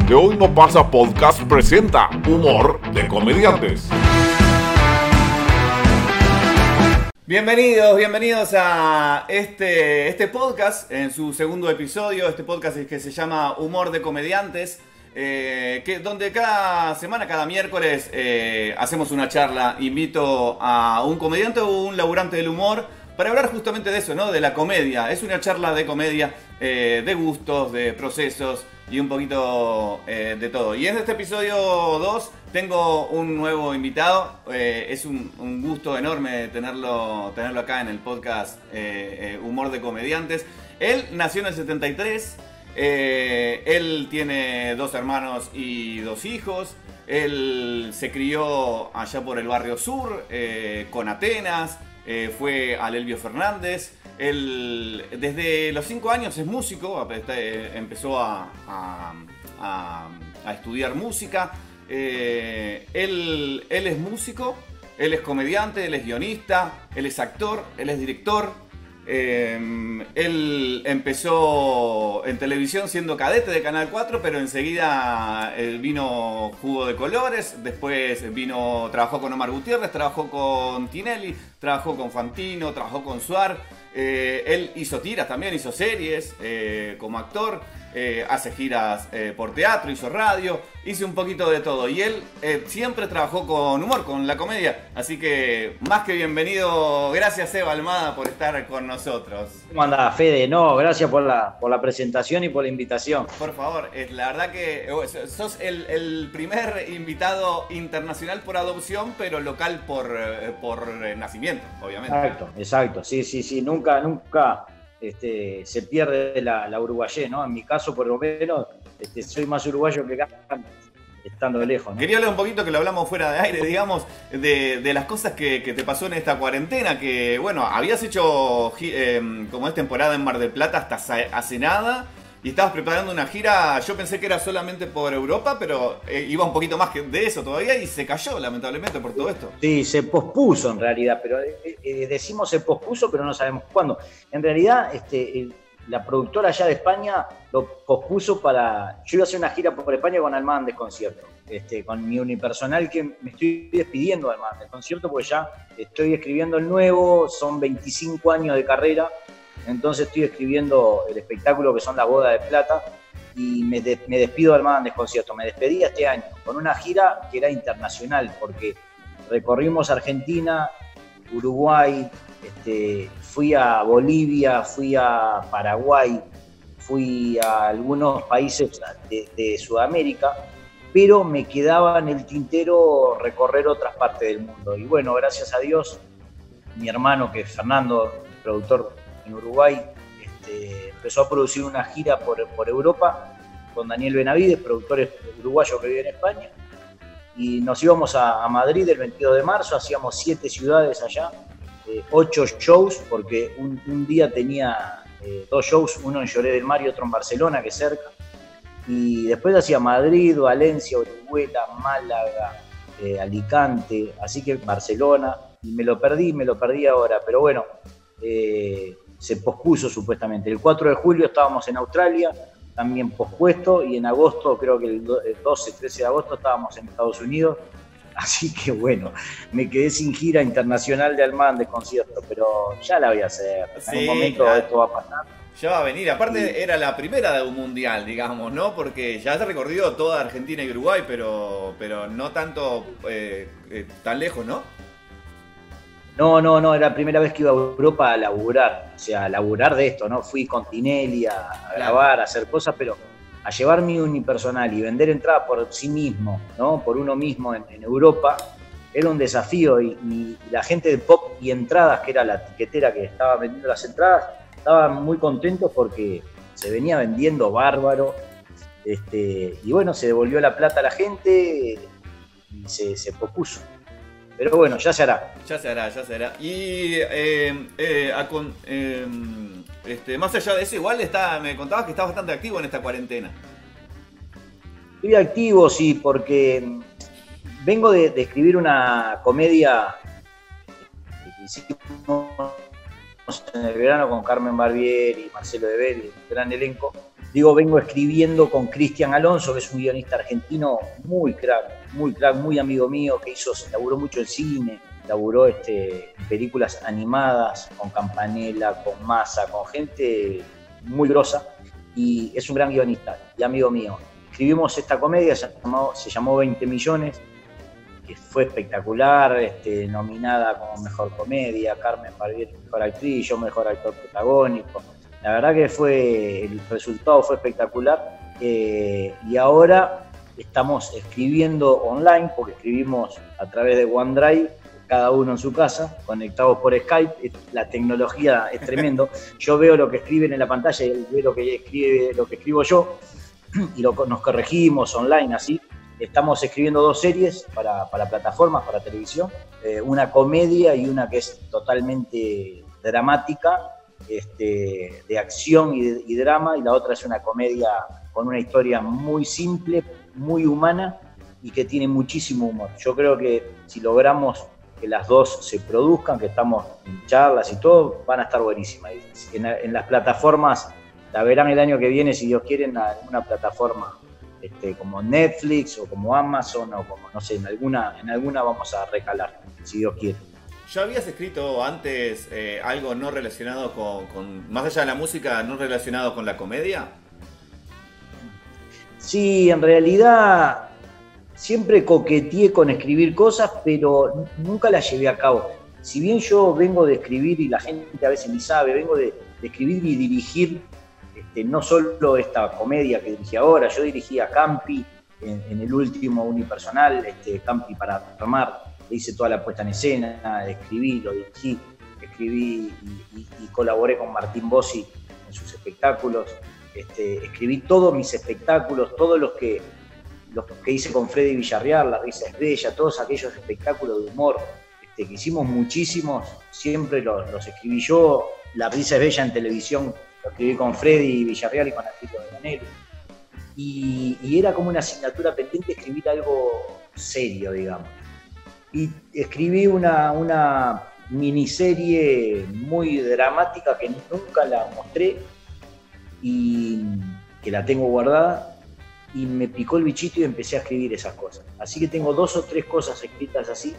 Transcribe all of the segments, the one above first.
De Hoy No Pasa Podcast presenta Humor de Comediantes. Bienvenidos a este podcast en su segundo episodio. Este podcast es que se llama Humor de Comediantes, donde cada semana, cada miércoles hacemos una charla. Invito a un comediante o un laburante del humor para hablar justamente de eso, ¿no? De la comedia. Es una charla de comedia, de gustos, de procesos y un poquito de todo. Y en este episodio 2 tengo un nuevo invitado. Es un gusto enorme tenerlo acá en el podcast Humor de Comediantes. Él nació en el 73. Él tiene 2 hermanos y 2 hijos. Él se crió allá por el barrio sur, con Atenas. Fue a Elvio Fernández. Él desde los 5 años es músico. Empezó a estudiar música. Él es músico, él es comediante, él es guionista, él es actor, él es director. Él empezó en televisión siendo cadete de Canal 4, pero enseguida vino Jugo de Colores. Después trabajó con Omar Gutiérrez, trabajó con Tinelli, trabajó con Fantino, trabajó con Suar. Él hizo tiras también, hizo series como actor. Hace giras por teatro, hizo radio, hizo un poquito de todo. Y él siempre trabajó con humor, con la comedia. Así que más que bienvenido. Gracias, Eva Almada, por estar con nosotros. ¿Cómo andás, Fede? No, gracias por la presentación y por la invitación. Por favor, la verdad que sos el primer invitado internacional por adopción, pero local por nacimiento, obviamente. Exacto. Sí. Nunca se pierde la uruguayés, ¿no? En mi caso, por lo menos, soy más uruguayo que acá, estando lejos, ¿no? Quería hablar un poquito, que lo hablamos fuera de aire, digamos, de las cosas que te pasó en esta cuarentena, que, bueno, habías hecho, como es temporada en Mar del Plata hasta hace nada, y estabas preparando una gira. Yo pensé que era solamente por Europa, pero iba un poquito más de eso todavía, y se cayó, lamentablemente, por todo esto. Sí, se pospuso en realidad, pero decimos se pospuso, pero no sabemos cuándo. En realidad, la productora allá de España lo pospuso para... Yo iba a hacer una gira por España con Almada en Desconcierto, con mi unipersonal, que me estoy despidiendo de Almada en Desconcierto, porque ya estoy escribiendo el nuevo, son 25 años de carrera. Entonces estoy escribiendo el espectáculo que son las bodas de plata, y me despido de Almada en Desconcierto. Me despedí este año con una gira que era internacional, porque recorrimos Argentina, Uruguay, fui a Bolivia, fui a Paraguay, fui a algunos países de Sudamérica, pero me quedaba en el tintero recorrer otras partes del mundo. Y bueno, gracias a Dios, mi hermano, que es Fernando, productor en Uruguay, empezó a producir una gira por Europa con Daniel Benavides, productor uruguayo que vive en España, y nos íbamos a Madrid el 22 de marzo, hacíamos 7 ciudades allá, 8 shows, porque un día tenía 2 shows, uno en Lloret del Mar y otro en Barcelona, que es cerca, y después hacía Madrid, Valencia, Orihuela, Málaga, Alicante, así que Barcelona, y me lo perdí ahora, pero bueno, se pospuso supuestamente. El 4 de julio estábamos en Australia, también pospuesto, y en agosto, creo que el 12, 13 de agosto, estábamos en Estados Unidos. Así que bueno, me quedé sin gira internacional de Almada en Desconcierto, pero ya la voy a hacer. En un momento claro, esto va a pasar. Ya va a venir. Aparte era la primera de un mundial, digamos, ¿no? Porque ya has recorrido toda Argentina y Uruguay, pero no tanto tan lejos, ¿no? No, era la primera vez que iba a Europa a laburar, o sea, a laburar de esto, ¿no? Fui con Tinelli a grabar, a hacer cosas, pero a llevar mi unipersonal y vender entradas por sí mismo, ¿no? Por uno mismo en Europa, era un desafío, y la gente de Pop y Entradas, que era la tiquetera que estaba vendiendo las entradas, estaban muy contentos porque se venía vendiendo bárbaro, y bueno, se devolvió la plata a la gente y se pospuso. Pero bueno, ya se hará. Ya se hará. Y más allá de eso, igual me contabas que estás bastante activo en esta cuarentena. Estoy activo, sí, porque vengo de escribir una comedia que hicimos en el verano con Carmen Barbieri y Marcelo Debel, un gran elenco, vengo escribiendo con Cristian Alonso, que es un guionista argentino muy crack, muy amigo mío, que laburó mucho en cine, laburó en películas animadas, con Campanella, con Massa, con gente muy grosa, y es un gran guionista y amigo mío. Escribimos esta comedia, se llamó 20 millones, que fue espectacular, nominada como mejor comedia, Carmen Barbieri mejor actriz, yo mejor actor protagónico. La verdad que el resultado fue espectacular, y ahora estamos escribiendo online, porque escribimos a través de OneDrive, cada uno en su casa, conectados por Skype. La tecnología es tremendo. Yo veo lo que escriben en la pantalla y él ve lo que escribo yo, y nos corregimos online así. Estamos escribiendo 2 series para plataformas, para televisión, una comedia y una que es totalmente dramática, de acción y drama, y la otra es una comedia con una historia muy simple, muy humana y que tiene muchísimo humor. Yo creo que si logramos que las 2 se produzcan, que estamos en charlas y todo, van a estar buenísimas. En las plataformas la verán el año que viene, si Dios quiere, en alguna plataforma como Netflix o como Amazon o como, no sé, en alguna vamos a recalar, si Dios quiere. ¿Ya habías escrito antes algo no relacionado con, más allá de la música, no relacionado con la comedia? Sí, en realidad siempre coqueteé con escribir cosas, pero nunca las llevé a cabo. Si bien yo vengo de escribir, y la gente a veces ni sabe, vengo de escribir y dirigir, no solo esta comedia que dirigí ahora, yo dirigí a Campi en el último unipersonal, Campi para armar, le hice toda la puesta en escena, escribí, lo dirigí, y colaboré con Martín Bossi en sus espectáculos, escribí todos mis espectáculos, todos los que hice con Freddy Villarreal, La Risa es Bella, todos aquellos espectáculos de humor, que hicimos muchísimos, siempre los escribí yo. La Risa es Bella en televisión lo escribí con Freddy Villarreal y con Alfredo de Bonelli. Y era como una asignatura pendiente escribir algo serio, digamos. Y escribí una miniserie muy dramática que nunca la mostré y que la tengo guardada, y me picó el bichito y empecé a escribir esas cosas. Así que tengo 2 o 3 cosas escritas así,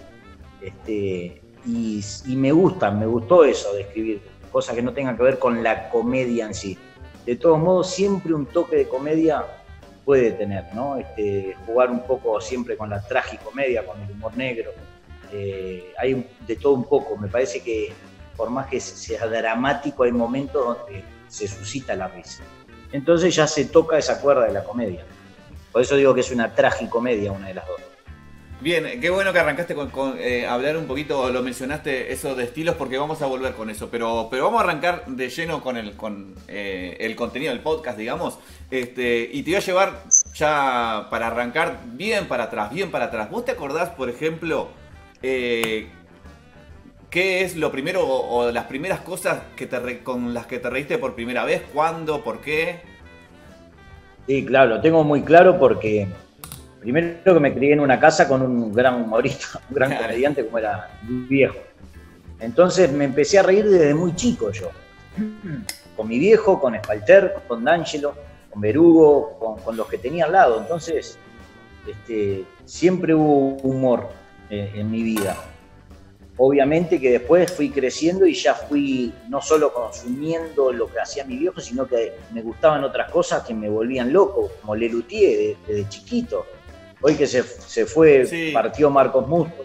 y me gustó eso de escribir cosas que no tengan que ver con la comedia en sí. De todos modos, siempre un toque de comedia puede tener, ¿no? Jugar un poco siempre con la tragicomedia, con el humor negro. Hay de todo un poco. Me parece que por más que sea dramático, hay momentos donde se suscita la risa. Entonces ya se toca esa cuerda de la comedia. Por eso digo que es una tragicomedia, una de las 2. Bien, qué bueno que arrancaste con hablar un poquito, lo mencionaste, eso de estilos, porque vamos a volver con eso, pero vamos a arrancar de lleno con el contenido del podcast, digamos, y te voy a llevar ya para arrancar bien para atrás. ¿Vos te acordás, por ejemplo, qué es lo primero o las primeras cosas con las que te reíste por primera vez? ¿Cuándo? ¿Por qué? Sí, claro, lo tengo muy claro porque primero que me crié en una casa con un gran humorista, un gran comediante como era mi viejo. Entonces me empecé a reír desde muy chico yo. Con mi viejo, con Espalter, con D'Angelo, con Berugo, con los que tenía al lado. Entonces, siempre hubo humor en mi vida. Obviamente que después fui creciendo y ya fui no solo consumiendo lo que hacía mi viejo, sino que me gustaban otras cosas que me volvían loco, como Lelutier desde chiquito. Hoy que se fue, sí. Partió Marcos Musto,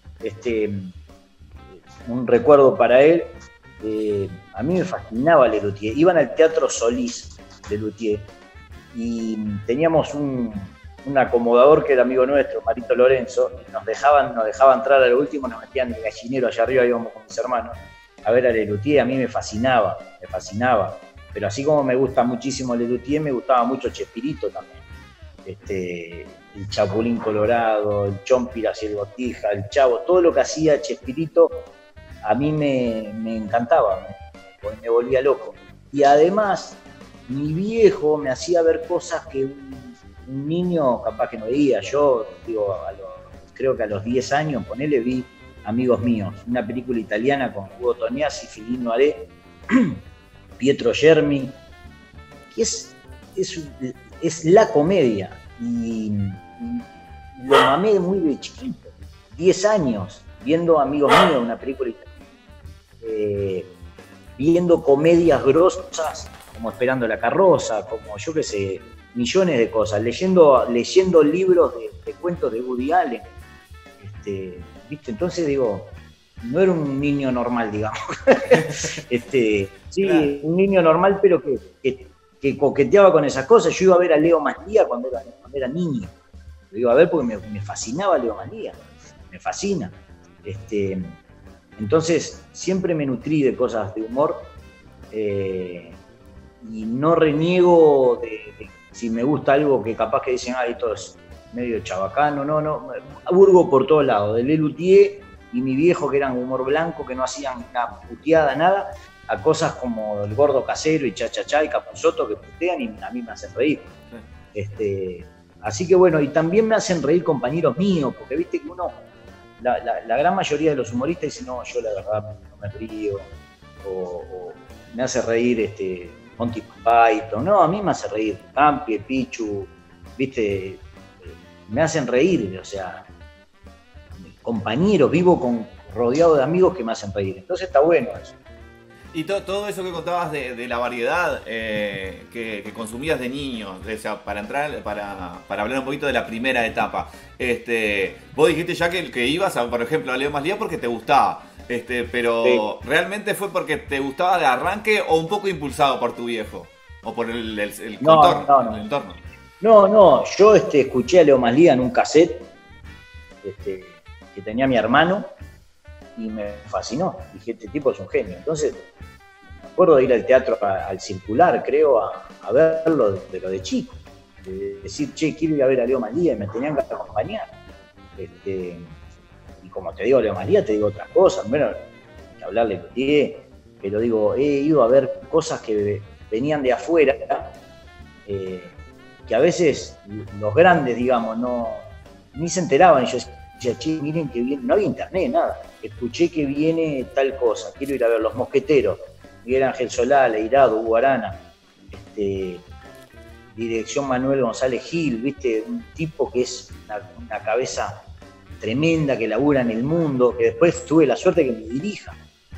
un recuerdo para él. A mí me fascinaba Lelutier. Iban al Teatro Solís, Lelutier, y teníamos un acomodador que era amigo nuestro, Marito Lorenzo, y nos dejaba entrar a lo último, nos metían en el gallinero allá arriba, íbamos con mis hermanos a ver a Lelutier. A mí me fascinaba, pero así como me gusta muchísimo Lelutier, me gustaba mucho Chespirito también, el Chapulín Colorado, el Chompiras y el Botija, el Chavo, todo lo que hacía Chespirito a mí me encantaba, me volvía loco. Y además mi viejo me hacía ver cosas que un niño capaz que no veía. Yo digo, creo que a los 10 años, ponele, vi Amigos Míos, una película italiana con Hugo Tognazzi, Philippe Noiret, Pietro Germi, que es es la comedia. Y lo mamé muy de chiquito, 10 años, viendo Amigos Míos, una película viendo comedias grosas, como Esperando la carroza, como yo qué sé, millones de cosas, leyendo libros de cuentos de Woody Allen. ¿Viste? Entonces digo, no era un niño normal, digamos. Sí, claro. Un niño normal, pero que coqueteaba con esas cosas. Yo iba a ver a Leo Maslía cuando era niño. Lo iba a ver porque me fascinaba Leo Maslía. Me fascina. Entonces, siempre me nutrí de cosas de humor. Y no reniego de si me gusta algo que capaz que dicen, esto es medio chabacano. No. Hurgo por todos lados. De Lelutier y mi viejo, que eran humor blanco, que no hacían una puteada, nada, a cosas como El Gordo Casero y Cha Cha Cha y Capuzotto, que putean y a mí me hacen reír. Así que bueno, y también me hacen reír compañeros míos, porque viste que uno, la gran mayoría de los humoristas dicen, no, yo la verdad no me río, o me hace reír Monty Python. No, a mí me hace reír Campi, Pichu, viste, me hacen reír, o sea, compañeros, vivo rodeado de amigos que me hacen reír. Entonces está bueno eso. Y todo eso que contabas de la variedad que consumías de niño, o sea, para hablar un poquito de la primera etapa, vos dijiste ya que ibas, por ejemplo, a Leo Maslía porque te gustaba, pero sí. ¿Realmente fue porque te gustaba de arranque o un poco impulsado por tu viejo? ¿O por el entorno? El entorno? No, yo escuché a Leo Maslía en un cassette que tenía mi hermano y me fascinó. Dije, este tipo es un genio. Entonces, me acuerdo de ir al teatro, al Circular, creo, a verlo de lo de chico. De decir, quiero ir a ver a Leo Maslía y me tenían que acompañar. Y como te digo Leo Maslía, te digo otras cosas. Bueno, que hablarle a Lutier, pero digo, he ido a ver cosas que venían de afuera, que a veces los grandes, digamos, ni se enteraban. Y yo decía, miren que viene, no había internet, nada. Escuché que viene tal cosa, quiero ir a ver Los Mosqueteros, Miguel Ángel Solá, Leirado, Hugo Arana, dirección Manuel González Gil, viste, un tipo que es una cabeza tremenda, que labura en el mundo, que después tuve la suerte de que me dirija.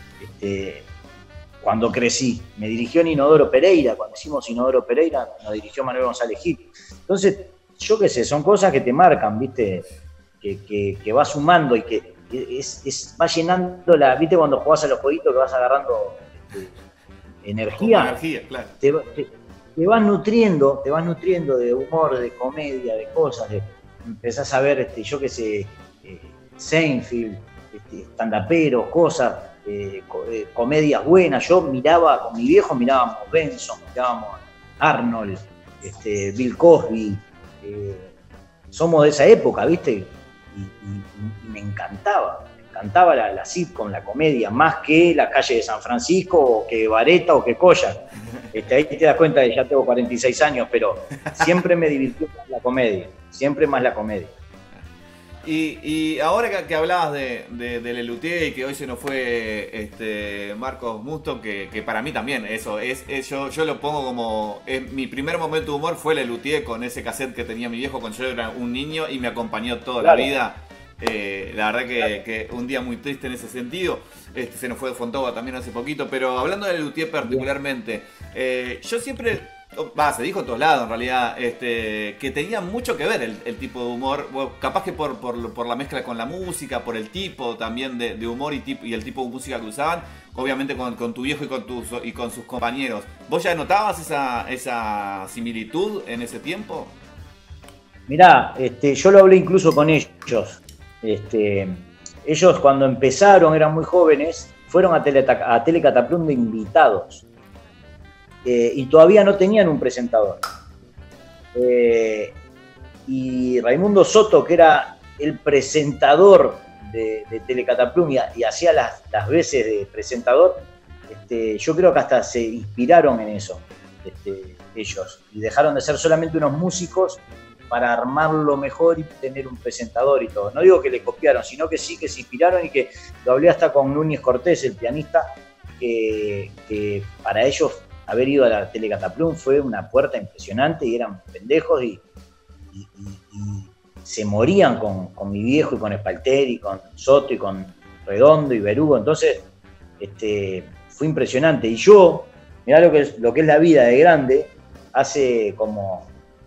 Cuando crecí, me dirigió en Inodoro Pereira, cuando hicimos Inodoro Pereira, nos dirigió Manuel González Gil. Entonces, yo qué sé, son cosas que te marcan, viste, que vas sumando y que va llenando ¿viste cuando jugás a los jueguitos que vas agarrando energía? Claro. Te vas nutriendo de humor, de comedia, de cosas, empezás a ver, yo qué sé, Seinfeld, stand-uperos, cosas, comedias buenas. Yo miraba, con mi viejo mirábamos Benson, mirábamos Arnold, Bill Cosby, somos de esa época, ¿viste? Y me encantaba la sitcom, la comedia, más que La Calle de San Francisco, o que Vareta, o que Koyak. Ahí te das cuenta que ya tengo 46 años, pero siempre me divirtió más la comedia, siempre más la comedia. Y ahora que hablabas de Lelutier y que hoy se nos fue Marcos Muston, que para mí también eso yo lo pongo como mi primer momento de humor fue Lelutier, con ese cassette que tenía mi viejo cuando yo era un niño y me acompañó toda la vida. La verdad que un día muy triste en ese sentido. Se nos fue de Fontova también hace poquito, pero hablando de Lelutier particularmente, yo siempre, se dijo en todos lados en realidad, que tenía mucho que ver el tipo de humor, capaz que por la mezcla con la música, por el tipo también de humor y el tipo de música que usaban, obviamente con tu viejo y con sus compañeros. ¿Vos ya notabas esa similitud en ese tiempo? Mirá, yo lo hablé incluso con ellos. Ellos cuando empezaron, eran muy jóvenes, fueron a Telecataplum de invitados. Y todavía no tenían un presentador. Y Raimundo Soto, que era el presentador de Telecataplum y hacía las veces de presentador, yo creo que hasta se inspiraron en eso, ellos, y dejaron de ser solamente unos músicos para armarlo mejor y tener un presentador y todo. No digo que le copiaron, sino que sí que se inspiraron, y que lo hablé hasta con Núñez Cortés, el pianista, que para ellos haber ido a la Telecataplum fue una puerta impresionante y eran pendejos y se morían con mi viejo y con Espalter y con Soto y con Redondo y Berugo. Entonces fue impresionante. Y yo, mirá lo que es la vida de grande, hace como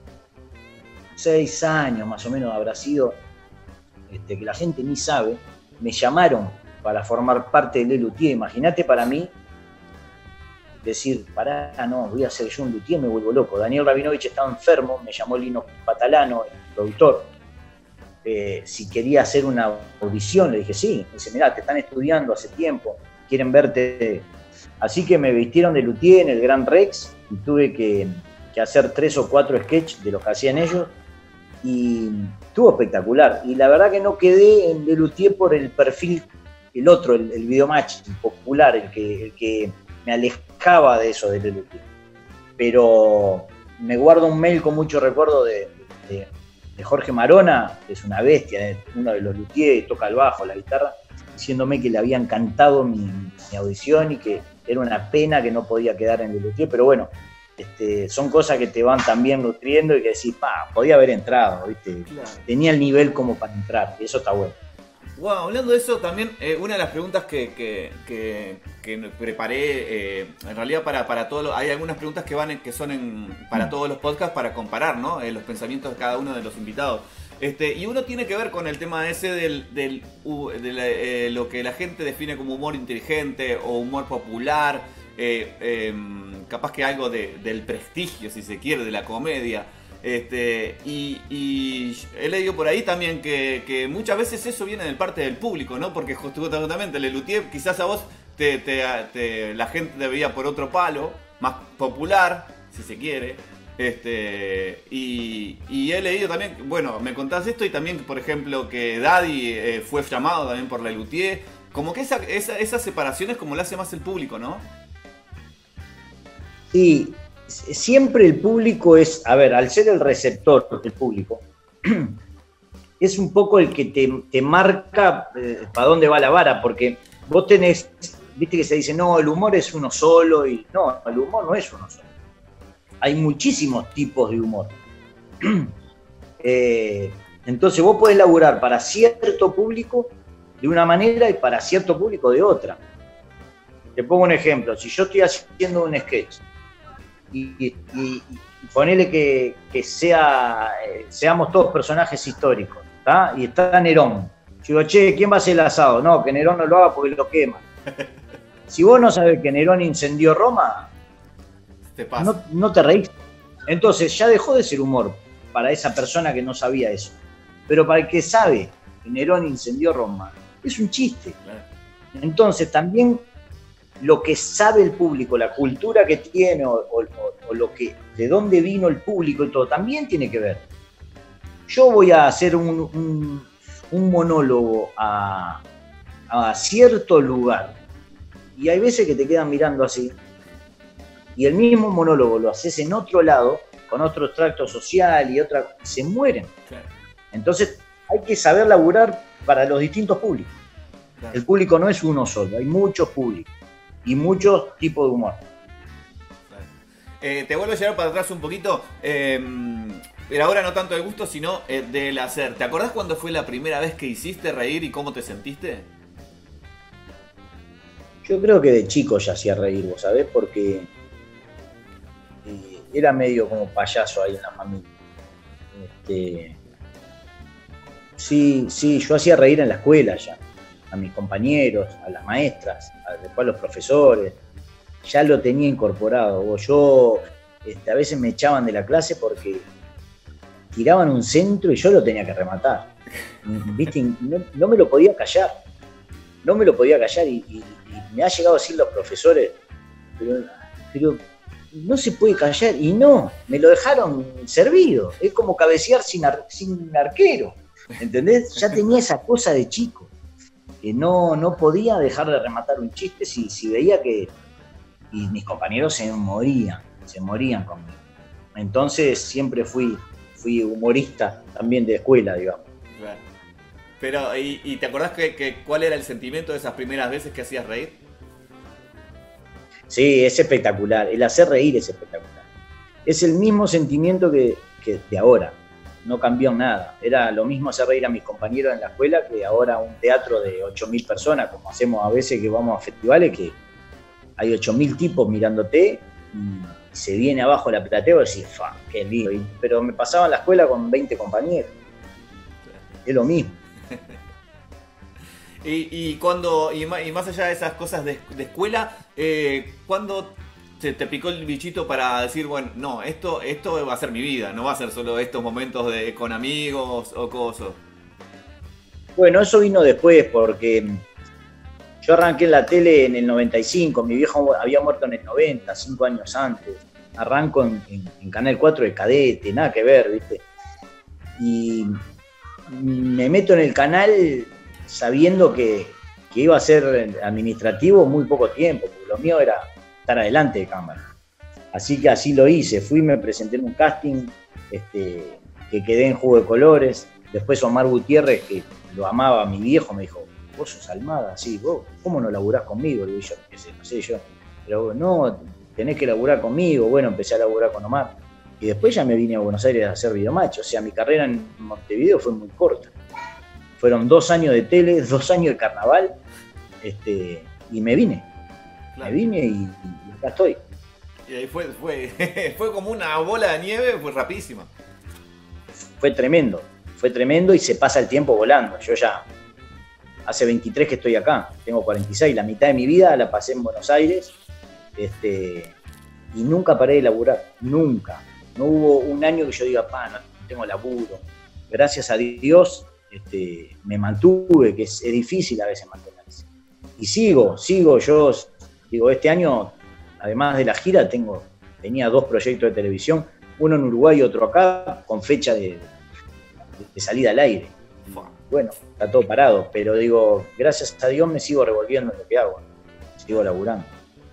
6 años más o menos habrá sido, que la gente ni sabe, me llamaron para formar parte del Lelutier. Imagínate para mí decir, pará, no, voy a ser yo un luthier, me vuelvo loco. Daniel Rabinovich estaba enfermo, me llamó Lino Patalano, el productor, si quería hacer una audición. Le dije, sí. Me dice, mirá, te están estudiando hace tiempo, quieren verte. Así que me vistieron de luthier en el Gran Rex y tuve que hacer 3 o 4 sketches de los que hacían ellos y estuvo espectacular. Y la verdad que no quedé en de luthier por el perfil, el otro, el videomatch, el popular, el que me alejaba de eso del luthier. Pero me guardo un mail con mucho recuerdo de Jorge Marona, que es una bestia, uno de los luthiers, toca el bajo, la guitarra, diciéndome que le había encantado mi audición y que era una pena que no podía quedar en el luthier. Pero bueno, son cosas que te van también nutriendo y que decís, podía haber entrado, ¿viste? Claro. Tenía el nivel como para entrar, y eso está bueno. Wow, hablando de eso también, una de las preguntas que preparé, en realidad para todos, hay algunas preguntas que son para todos los podcasts para comparar, ¿no? Los pensamientos de cada uno de los invitados. Y uno tiene que ver con el tema ese de lo que la gente define como humor inteligente o humor popular, capaz que algo del prestigio, si se quiere, de la comedia. Y he leído por ahí también que muchas veces eso viene de parte del público, ¿no? Porque justamente el luthier, quizás a vos la gente te veía por otro palo, más popular, si se quiere. Y he leído también, bueno, me contás esto y también, por ejemplo, que Daddy fue llamado también por la luthier. Como que esas separaciones como lo hace más el público, ¿no? Sí. Siempre el público es, al ser el receptor del público, es un poco el que te marca para dónde va la vara, porque vos tenés, viste que se dice, no, el humor es uno solo, y no, el humor no es uno solo. Hay muchísimos tipos de humor. Entonces vos podés laburar para cierto público de una manera y para cierto público de otra. Te pongo un ejemplo, si yo estoy haciendo un sketch, y ponele que seamos todos personajes históricos, ¿tá? Y está Nerón. Yo digo, che, ¿quién va a hacer el asado? No, que Nerón no lo haga porque lo quema. Si vos no sabés que Nerón incendió Roma, no te reís. Entonces ya dejó de ser humor para esa persona que no sabía eso. Pero para el que sabe que Nerón incendió Roma, es un chiste. Entonces también lo que sabe el público, la cultura que tiene o de dónde vino el público y todo, también tiene que ver. Yo voy a hacer un monólogo a cierto lugar y hay veces que te quedan mirando así y el mismo monólogo lo haces en otro lado, con otro extracto social y se mueren. Claro. Entonces hay que saber laburar para los distintos públicos. Claro. El público no es uno solo, hay muchos públicos y muchos tipos de humor. Te vuelvo a llevar para atrás un poquito, pero ahora no tanto del gusto, sino del hacer. ¿Te acordás cuándo fue la primera vez que hiciste reír y cómo te sentiste? Yo creo que de chico ya hacía reír, ¿vos sabés? Porque era medio como payaso ahí en la familia. Sí, yo hacía reír en la escuela ya. A mis compañeros, a las maestras, después a los profesores, ya lo tenía incorporado. Yo, a veces me echaban de la clase porque tiraban un centro y yo lo tenía que rematar. ¿Viste? No me lo podía callar. Y me ha llegado a decir los profesores, pero no se puede callar. Y no, me lo dejaron servido. Es como cabecear sin arquero. ¿Entendés? Ya tenía esa cosa de chico. Que no podía dejar de rematar un chiste si veía que y mis compañeros se morían conmigo. Entonces siempre fui humorista también de escuela, digamos. Claro. Pero, ¿y te acordás cuál era el sentimiento de esas primeras veces que hacías reír? Sí, es espectacular. El hacer reír es espectacular. Es el mismo sentimiento que de ahora. No cambió nada. Era lo mismo hacer reír a mis compañeros en la escuela que ahora un teatro de 8.000 personas, como hacemos a veces que vamos a festivales, que hay 8.000 tipos mirándote y se viene abajo la platea y decís, ¡fa! ¡Qué lindo! Pero me pasaba en la escuela con 20 compañeros. Es lo mismo. Y más allá de esas cosas de escuela, ¿cuándo te picó el bichito para decir, bueno, no, esto va a ser mi vida, no va a ser solo estos momentos con amigos o cosas? Bueno, eso vino después porque yo arranqué en la tele en el 95, mi viejo había muerto en el 90, 5 años antes. Arranco en Canal 4 de cadete, nada que ver, ¿viste? Y me meto en el canal sabiendo que iba a ser administrativo muy poco tiempo, porque lo mío era estar adelante de cámara. Así que así lo hice, fui, me presenté en un casting, que quedé en Jugo de Colores. Después Omar Gutiérrez, que lo amaba mi viejo, me dijo, vos sos Almada, sí, vos, ¿cómo no laburás conmigo? Le digo yo, qué sé, no sé yo, pero no, tenés que laburar conmigo. Bueno, empecé a laburar con Omar. Y después ya me vine a Buenos Aires a hacer Videomatch. O sea, mi carrera en Montevideo fue muy corta. Fueron 2 años de tele, 2 años de carnaval, y me vine. Claro. Me vine y acá estoy. Y ahí fue como una bola de nieve, fue rapidísima. Fue tremendo y se pasa el tiempo volando. Yo ya hace 23 que estoy acá, tengo 46, la mitad de mi vida la pasé en Buenos Aires, y nunca paré de laburar, nunca. No hubo un año que yo diga, no tengo laburo. Gracias a Dios me mantuve, que es difícil a veces mantenerse. Y sigo, yo digo, este año, además de la gira, tenía 2 proyectos de televisión, uno en Uruguay y otro acá, con fecha de salida al aire. Bueno, está todo parado, pero digo, gracias a Dios me sigo revolviendo en lo que hago, sigo laburando.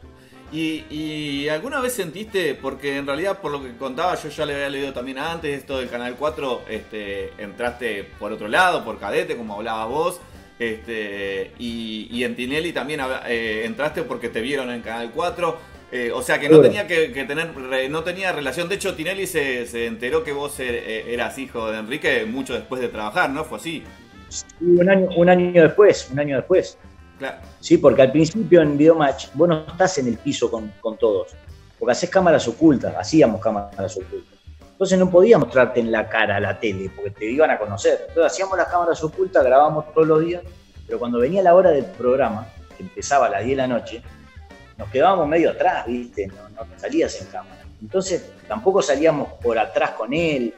¿Y alguna vez sentiste, porque en realidad por lo que contaba, yo ya le había leído también antes, esto del Canal 4, entraste por otro lado, por cadete, como hablabas vos, y en Tinelli también entraste porque te vieron en Canal 4, o sea que no tenía que tener, no tenía relación. De hecho, Tinelli se enteró que vos eras hijo de Enrique mucho después de trabajar, ¿no? Fue así. Sí, un año después. Claro. Sí, porque al principio en Videomatch vos no estás en el piso con todos, porque hacés cámaras ocultas, hacíamos cámaras ocultas. Entonces no podías mostrarte en la cara a la tele, porque te iban a conocer. Entonces hacíamos las cámaras ocultas, grabábamos todos los días, pero cuando venía la hora del programa, que empezaba a las 10 de la noche, nos quedábamos medio atrás, ¿viste? No salías en cámara. Entonces tampoco salíamos por atrás con él.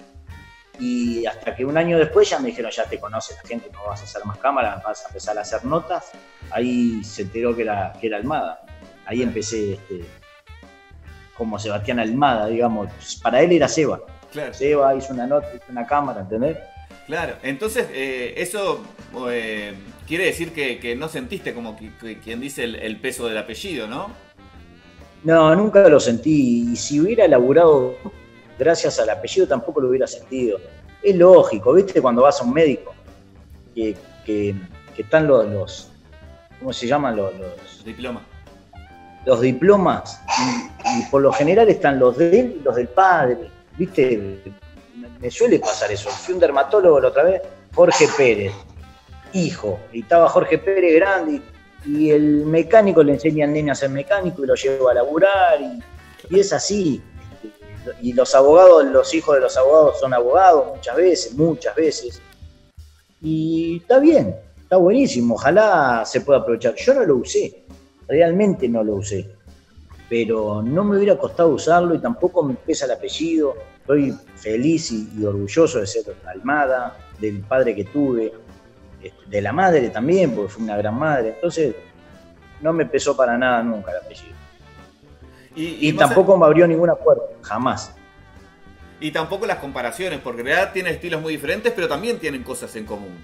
Y hasta que un año después ya me dijeron, ya te conoce la gente, no vas a hacer más cámaras, vas a empezar a hacer notas. Ahí se enteró que era Almada. Ahí empecé como Sebastián Almada, digamos. Para él era Seba. Claro. Seba hizo una nota, hizo una cámara, ¿entendés? Claro, entonces eso quiere decir que no sentiste como quien dice el peso del apellido, ¿no? No, nunca lo sentí. Y si hubiera laburado gracias al apellido tampoco lo hubiera sentido. Es lógico, ¿viste? Cuando vas a un médico, que están los ¿cómo se llaman? Los diplomas. Los diplomas, y por lo general están los de él y los del padre, ¿viste? Me suele pasar eso. Fui un dermatólogo la otra vez, Jorge Pérez, hijo, y estaba Jorge Pérez grande, y el mecánico le enseña al nene a ser mecánico y lo lleva a laburar, y es así. Y los abogados, los hijos de los abogados son abogados muchas veces. Y está bien, está buenísimo, ojalá se pueda aprovechar. Yo no lo usé, realmente no lo usé, pero no me hubiera costado usarlo y tampoco me pesa el apellido. Estoy feliz y orgulloso de ser Almada, del padre que tuve, de la madre también, porque fue una gran madre. Entonces, no me pesó para nada nunca el apellido. Y tampoco me abrió ninguna puerta, jamás. Y tampoco las comparaciones, porque en realidad tienen estilos muy diferentes, pero también tienen cosas en común.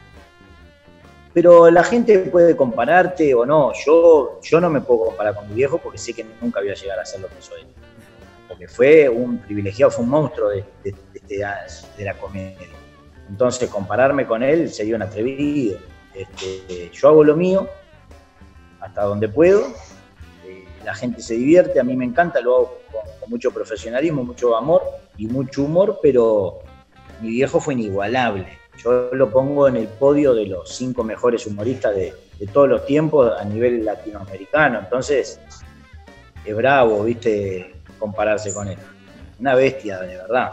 Pero la gente puede compararte o no. Yo no me puedo comparar con mi viejo porque sé que nunca voy a llegar a ser lo que soy. Porque fue un privilegiado, fue un monstruo de la comedia. Entonces compararme con él sería un atrevido. Yo hago lo mío hasta donde puedo. la gente se divierte, a mí me encanta, lo hago con mucho profesionalismo, mucho amor y mucho humor, pero mi viejo fue inigualable. Yo lo pongo en el podio de los 5 mejores humoristas de todos los tiempos a nivel latinoamericano, entonces es bravo, viste, compararse con él. Una bestia, de verdad.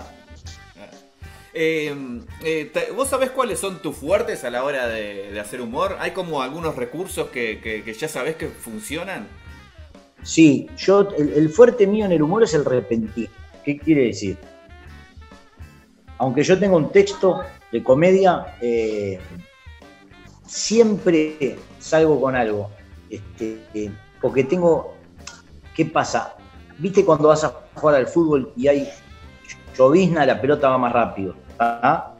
¿Vos sabés cuáles son tus fuertes a la hora de hacer humor? ¿Hay como algunos recursos que ya sabés que funcionan? Sí, el fuerte mío en el humor es el repentismo. ¿Qué quiere decir? Aunque yo tenga un texto de comedia, siempre salgo con algo. Porque tengo... ¿Qué pasa? ¿Viste cuando vas a jugar al fútbol y hay llovizna, la pelota va más rápido? ¿Ah?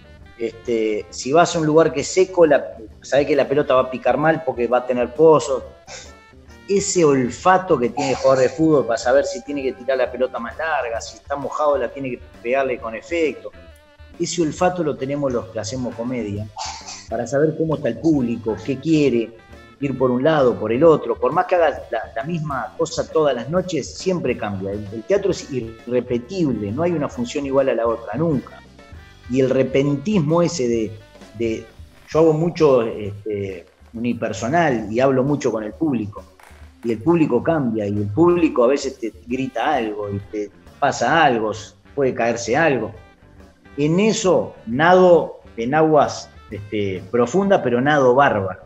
Si vas a un lugar que es seco, sabés que la pelota va a picar mal porque va a tener pozos. Ese olfato que tiene el jugador de fútbol para saber si tiene que tirar la pelota más larga, si está mojado la tiene que pegarle con efecto. Ese olfato lo tenemos los que hacemos comedia, para saber cómo está el público, qué quiere, ir por un lado, por el otro. Por más que hagas la misma cosa todas las noches, siempre cambia. El teatro es irrepetible, no hay una función igual a la otra, nunca. Y el repentismo ese yo hago mucho unipersonal y hablo mucho con el público. Y el público cambia, y el público a veces te grita algo, y te pasa algo, puede caerse algo. En eso nado en aguas profundas, pero nado bárbaro.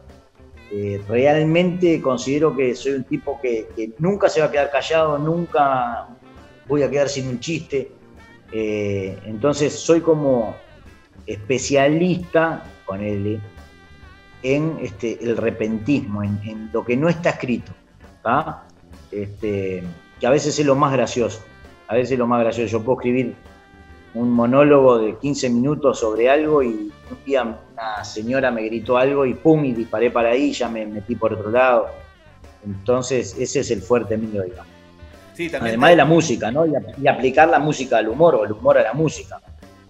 Realmente considero que soy un tipo que nunca se va a quedar callado, nunca voy a quedar sin un chiste. Entonces soy como especialista, con L, en el repentismo, en lo que no está escrito. ¿Ah? Que a veces es lo más gracioso. Yo puedo escribir un monólogo de 15 minutos sobre algo y un día una señora me gritó algo y pum, y disparé para ahí y ya me metí por otro lado. Entonces ese es el fuerte mío, digamos. Sí, también además de la música, ¿no? Y aplicar la música al humor o el humor a la música.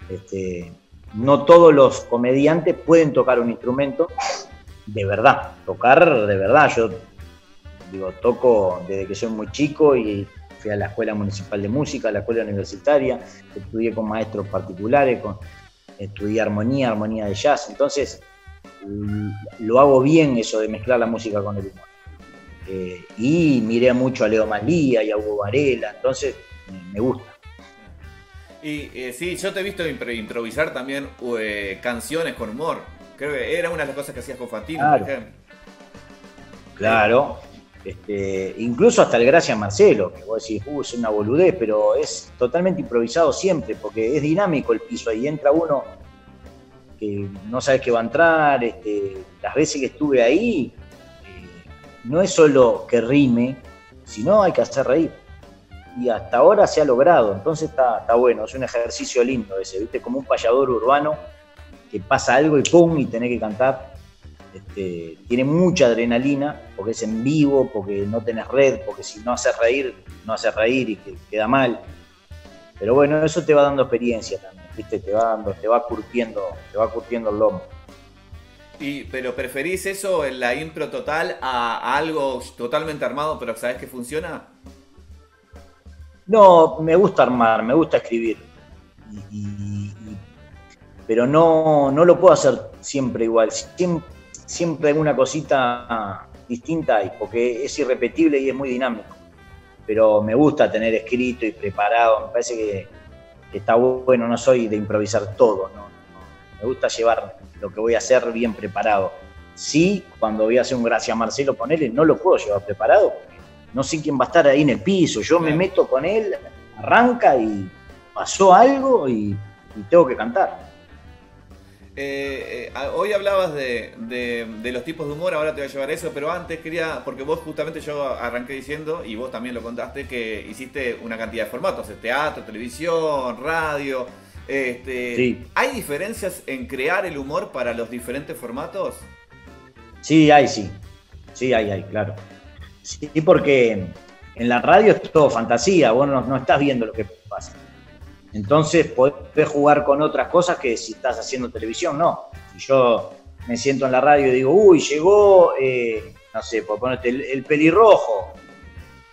No todos los comediantes pueden tocar un instrumento de verdad, tocar de verdad. Yo toco desde que soy muy chico y fui a la Escuela Municipal de Música, a la Escuela Universitaria, estudié con maestros particulares, estudié armonía de jazz, entonces lo hago bien eso de mezclar la música con el humor. Y miré mucho a Leo Malía y a Hugo Varela, entonces me gusta. Y sí, yo te he visto improvisar también canciones con humor. Creo que era una de las cosas que hacías con Fantino, claro. Por ejemplo. Claro. Incluso hasta el Gracias Marcelo, que vos decís, es una boludez, pero es totalmente improvisado siempre, porque es dinámico el piso, ahí entra uno que no sabes que va a entrar. Las veces que estuve ahí, no es solo que rime, sino hay que hacer reír. Y hasta ahora se ha logrado, entonces está bueno, es un ejercicio lindo ese, ¿viste? Como un payador urbano que pasa algo y pum, y tenés que cantar. Tiene mucha adrenalina, porque es en vivo, porque no tenés red, porque si no haces reír y queda mal. Pero bueno, eso te va dando experiencia también, ¿viste? Te va curtiendo el lomo. Pero ¿preferís eso en la impro total a algo totalmente armado, pero sabés que funciona? No, me gusta armar, me gusta escribir. Pero no lo puedo hacer siempre igual. Siempre alguna cosita distinta hay, porque es irrepetible y es muy dinámico. Pero me gusta tener escrito y preparado, me parece que está bueno, no soy de improvisar todo, ¿no? Me gusta llevar lo que voy a hacer bien preparado. Sí, cuando voy a hacer un Gracias Marcelo, ponele, no lo puedo llevar preparado, porque no sé quién va a estar ahí en el piso, yo me meto con él, arranca y pasó algo y tengo que cantar. Hoy hablabas de los tipos de humor, ahora te voy a llevar eso, pero antes quería, porque vos justamente yo arranqué diciendo, y vos también lo contaste, que hiciste una cantidad de formatos, teatro, televisión, radio. Sí. ¿Hay diferencias en crear el humor para los diferentes formatos? Sí, hay, claro. Sí, porque en la radio es todo fantasía, vos no estás viendo lo que pasa. Entonces podés jugar con otras cosas que si estás haciendo televisión, no. Si yo me siento en la radio y digo, llegó, no sé, por ponerte el pelirrojo,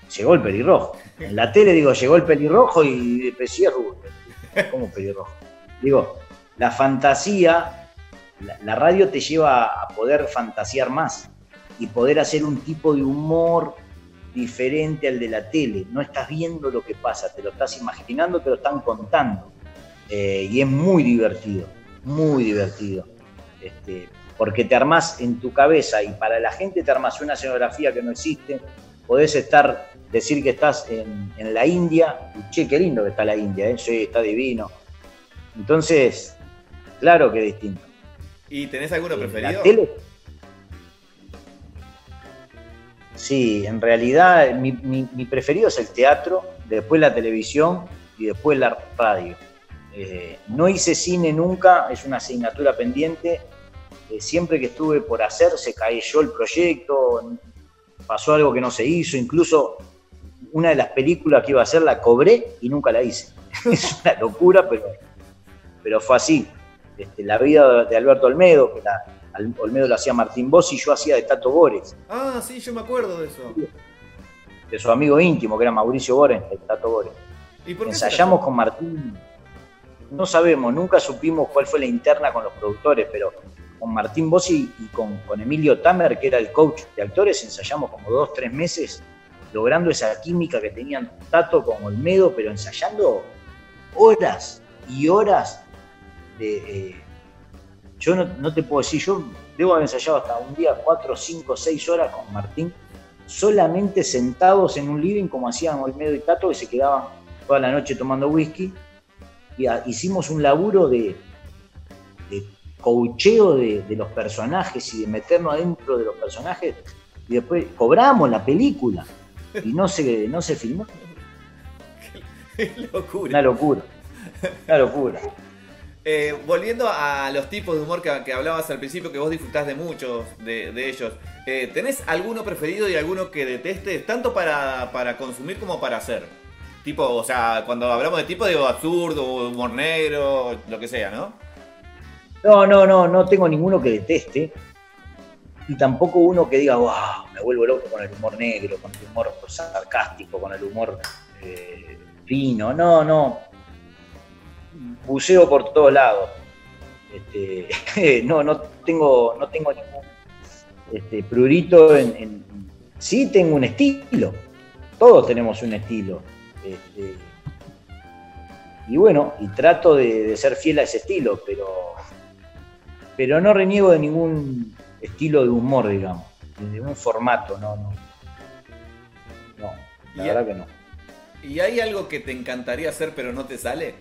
llegó el pelirrojo. En la tele digo, llegó el pelirrojo y sí es rubio. ¿Cómo pelirrojo? Digo, la fantasía, la radio te lleva a poder fantasear más y poder hacer un tipo de humor diferente al de la tele. No estás viendo lo que pasa, te lo estás imaginando, te lo están contando. Y es muy divertido, porque te armás en tu cabeza y para la gente te armás una escenografía que no existe. Podés decir que estás en la India, y che, qué lindo que está la India, sí, está divino. Entonces, claro que es distinto. ¿Y tenés alguno preferido? ¿La tele? Sí, en realidad mi preferido es el teatro, después la televisión y después la radio. No hice cine nunca, es una asignatura pendiente. Siempre que estuve por hacer se cayó el proyecto, pasó algo que no se hizo, incluso una de las películas que iba a hacer la cobré y nunca la hice. Es una locura, pero fue así. La vida de Alberto Olmedo, que Olmedo lo hacía Martín Bossi, y yo hacía de Tato Bores. Ah, sí, yo me acuerdo de eso. De su amigo íntimo, que era Mauricio Boren, el Tato Bores. ¿Y por qué ensayamos con Martín? No sabemos, nunca supimos cuál fue la interna con los productores, pero con Martín Bossi y con Emilio Tamer, que era el coach de actores, ensayamos como 2-3 meses, logrando esa química que tenían Tato con Olmedo, pero ensayando horas y horas de... yo no te puedo decir, yo debo haber ensayado hasta un día 4, 5, 6 horas con Martín, solamente sentados en un living como hacían Olmedo y Tato, que se quedaban toda la noche tomando whisky, y hicimos un laburo de coacheo de los personajes y de meternos adentro de los personajes, y después cobramos la película y no se filmó. Qué locura. Una locura. Volviendo a los tipos de humor que hablabas al principio, que vos disfrutás de muchos de ellos, ¿tenés alguno preferido y alguno que detestes, tanto para consumir como para hacer? Tipo, o sea, cuando hablamos de tipo, digo absurdo, humor negro, lo que sea, ¿no? No tengo ninguno que deteste, y tampoco uno que diga, wow, me vuelvo loco con el humor negro, con el humor sarcástico, con el humor fino. No. Buceo por todos lados. No tengo ningún prurito sí tengo un estilo. Todos tenemos un estilo. Y bueno, y trato de ser fiel a ese estilo, pero no reniego de ningún estilo de humor, digamos, de ningún formato, no, la verdad que no. ¿Y hay algo que te encantaría hacer pero no te sale?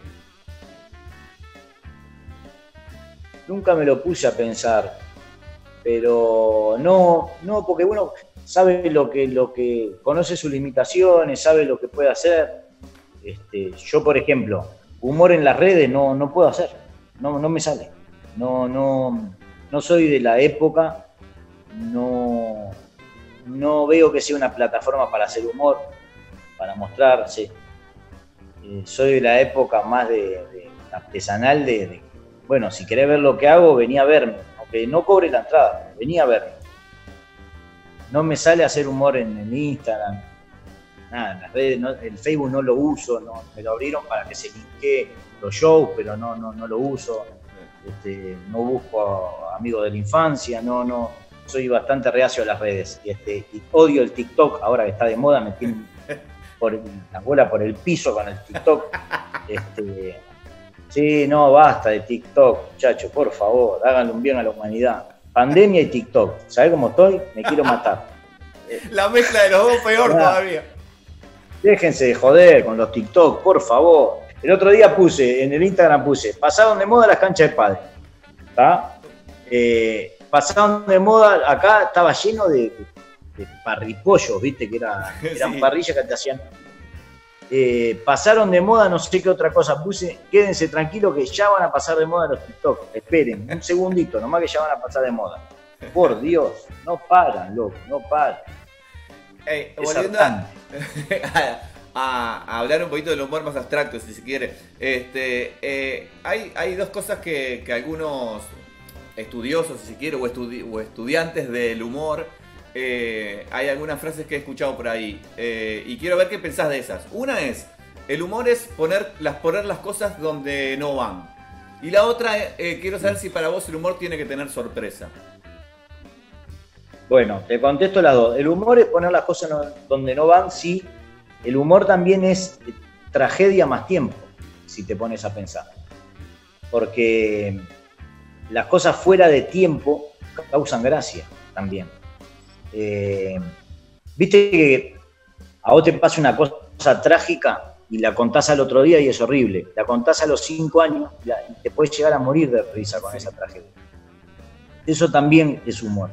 Nunca me lo puse a pensar, pero no, porque uno sabe lo que conoce sus limitaciones, sabe lo que puede hacer. Yo, por ejemplo, humor en las redes no puedo hacer, no me sale. No soy de la época, no veo que sea una plataforma para hacer humor, para mostrarse. Soy de la época más de artesanal, bueno, si querés ver lo que hago, vení a verme, aunque no cobre la entrada, vení a verme. No me sale hacer humor en Instagram, nada, en las redes, el Facebook no lo uso, me lo abrieron para que se linkee los shows, pero no lo uso. No busco amigos de la infancia, no, soy bastante reacio a las redes, y odio el TikTok, ahora que está de moda, me tienen por la bola por el piso con el TikTok. Sí, no, basta de TikTok, muchachos, por favor, háganle un bien a la humanidad. Pandemia y TikTok, ¿sabés cómo estoy? Me quiero matar. La mezcla de los dos peor todavía. Déjense de joder con los TikTok, por favor. El otro día en el Instagram pasaron de moda las canchas de pádel, ¿está? Pasaron de moda, acá estaba lleno de parripollos, ¿viste? Que eran Sí. parrillas que te hacían. Pasaron de moda, no sé qué otra cosa quédense tranquilos que ya van a pasar de moda los TikTok, esperen, un segundito, nomás que ya van a pasar de moda. Por Dios, no paran, loco, no paran. Volviendo a hablar un poquito del humor más abstracto, si se quiere. Hay dos cosas que algunos estudiosos, si se quiere, o estudiantes del humor hay algunas frases que he escuchado por ahí y quiero ver qué pensás de esas. Una es, el humor es poner las cosas donde no van. Y la otra, quiero saber si para vos el humor tiene que tener sorpresa. Bueno, te contesto las dos. El humor es poner las cosas donde no van, sí. El humor también es tragedia más tiempo, si te pones a pensar. Porque las cosas fuera de tiempo causan gracia también. Viste que a vos te pasa una cosa trágica y la contás al otro día y es horrible. La contás a los 5 años y te puedes llegar a morir de risa con esa tragedia. Eso también es humor.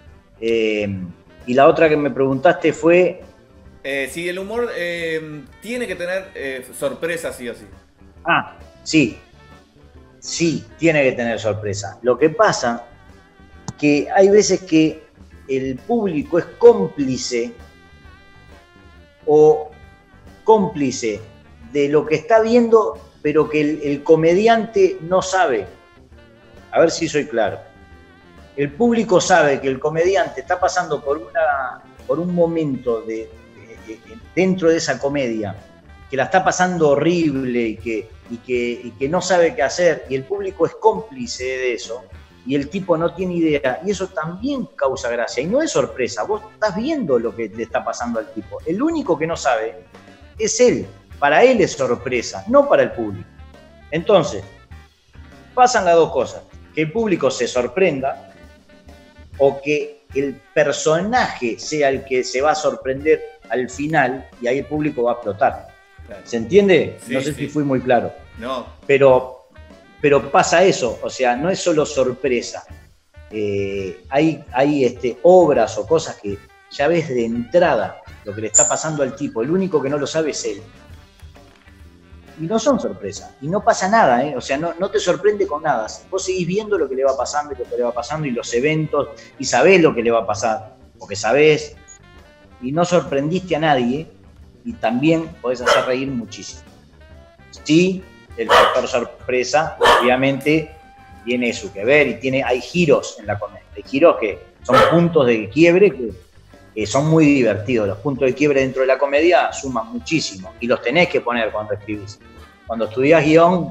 Y la otra que me preguntaste fue... si el humor tiene que tener sorpresa sí o sí. Ah, sí. Sí, tiene que tener sorpresa. Lo que pasa que hay veces que el público es cómplice de lo que está viendo, pero que el comediante no sabe. A ver si soy claro. El público sabe que el comediante está pasando por un momento dentro de esa comedia, que la está pasando horrible y que no sabe qué hacer, y el público es cómplice de eso, y el tipo no tiene idea, y eso también causa gracia, y no es sorpresa, vos estás viendo lo que le está pasando al tipo. El único que no sabe es él, para él es sorpresa, no para el público. Entonces, pasan las dos cosas, que el público se sorprenda, o que el personaje sea el que se va a sorprender al final, y ahí el público va a explotar. Claro. ¿Se entiende? Sí, no sé sí. si fui muy claro. No. Pero pasa eso, o sea, no es solo sorpresa. Hay obras o cosas que ya ves de entrada lo que le está pasando al tipo. El único que no lo sabe es él. Y no son sorpresas. Y no pasa nada, ¿eh? O sea, no te sorprende con nada. Vos seguís viendo lo que le va pasando y lo que le va pasando y los eventos y sabés lo que le va a pasar. Porque sabés y no sorprendiste a nadie y también podés hacer reír muchísimo. Sí, el factor sorpresa, obviamente, tiene eso que ver y hay giros en la comedia. Hay giros que son puntos de quiebre que son muy divertidos. Los puntos de quiebre dentro de la comedia suman muchísimo y los tenés que poner cuando escribís. Cuando estudiás guión,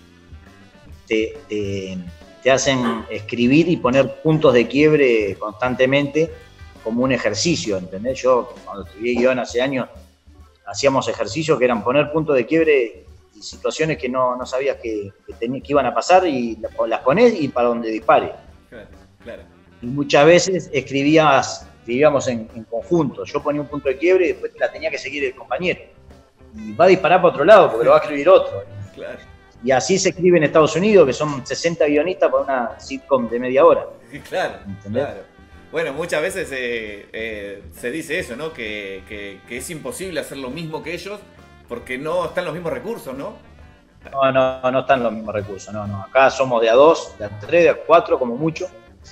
te hacen escribir y poner puntos de quiebre constantemente como un ejercicio, ¿entendés? Yo, cuando estudié guión hace años, hacíamos ejercicios que eran poner puntos de quiebre y situaciones que no sabías que iban a pasar y las ponés y para donde dispare. Claro. Y muchas veces escribíamos en conjunto. Yo ponía un punto de quiebre y después la tenía que seguir el compañero. Y va a disparar para otro lado porque lo va a escribir otro. Claro. Y así se escribe en Estados Unidos, que son 60 guionistas para una sitcom de media hora. Claro, ¿entendés? claro. Bueno, muchas veces se dice eso, ¿no? Que es imposible hacer lo mismo que ellos porque no están los mismos recursos, ¿no? No están los mismos recursos, no. Acá somos de a 2, de a 3, de a 4 como mucho.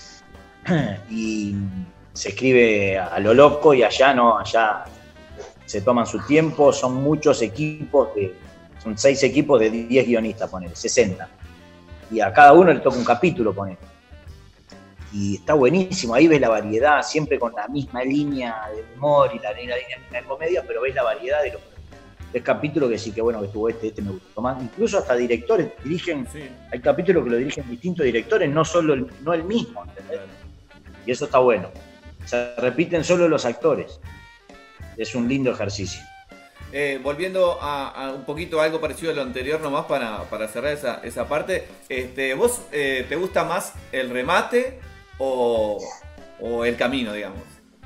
Y se escribe a lo loco y allá no, allá se toman su tiempo, son muchos equipos, son 6 equipos de 10 guionistas, ponele, 60. Y a cada uno le toca un capítulo, ponele. Y está buenísimo, ahí ves la variedad, siempre con la misma línea de humor y la línea de comedia, pero ves la variedad de los capítulos que sí, que bueno que estuvo este me gustó más. Incluso hasta directores dirigen, sí. Hay capítulos que lo dirigen distintos directores, no el mismo, ¿entendés? Y eso está bueno. Se repiten solo los actores. Es un lindo ejercicio. Volviendo a un poquito algo parecido a lo anterior nomás para cerrar esa parte, ¿vos te gusta más el remate o el camino, digamos?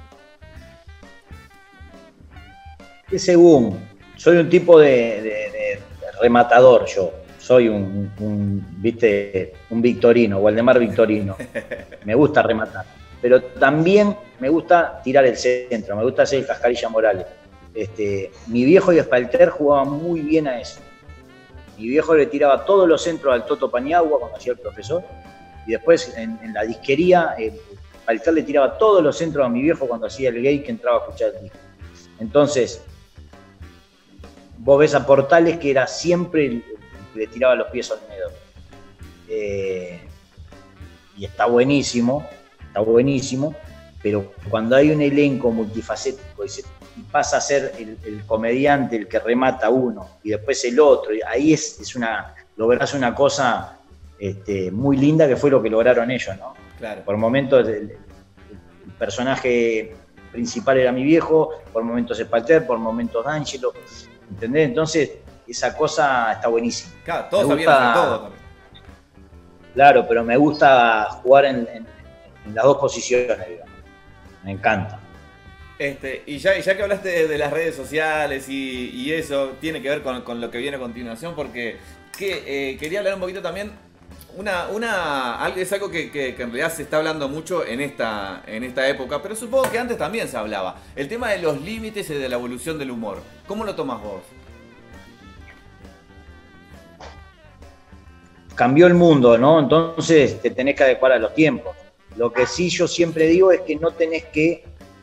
Que según, soy un tipo de rematador yo. Soy un Victorino, Waldemar Victorino. Me gusta rematar. Pero también me gusta tirar el centro, me gusta hacer el Cascarilla Morales. Mi viejo y Espalter jugaban muy bien a eso. Mi viejo le tiraba todos los centros al Toto Paniagua cuando hacía el profesor, y después en la disquería Espalter le tiraba todos los centros a mi viejo cuando hacía el gay que entraba a escuchar el disco. Entonces, vos ves a Portales que era siempre el que le tiraba los pies al medio. Y está buenísimo, pero cuando hay un elenco multifacético y pasa a ser el comediante el que remata uno y después el otro, y ahí lográs una cosa muy linda, que fue lo que lograron ellos, ¿no? Claro. Por momentos el personaje principal era mi viejo, por momentos Spalter, por momentos D'Angelo, ¿entendés? Entonces esa cosa está buenísima. Claro, todos sabían hacer todo también. Claro, pero me gusta jugar en las dos posiciones, digamos. Me encanta. Y ya que hablaste de las redes sociales y eso, tiene que ver con lo que viene a continuación, porque quería hablar un poquito también. Es algo que en realidad se está hablando mucho en esta época, pero supongo que antes también se hablaba. El tema de los límites y de la evolución del humor. ¿Cómo lo tomás vos? Cambió el mundo, ¿no? Entonces te tenés que adecuar a los tiempos. Lo que sí yo siempre digo es que no tenés que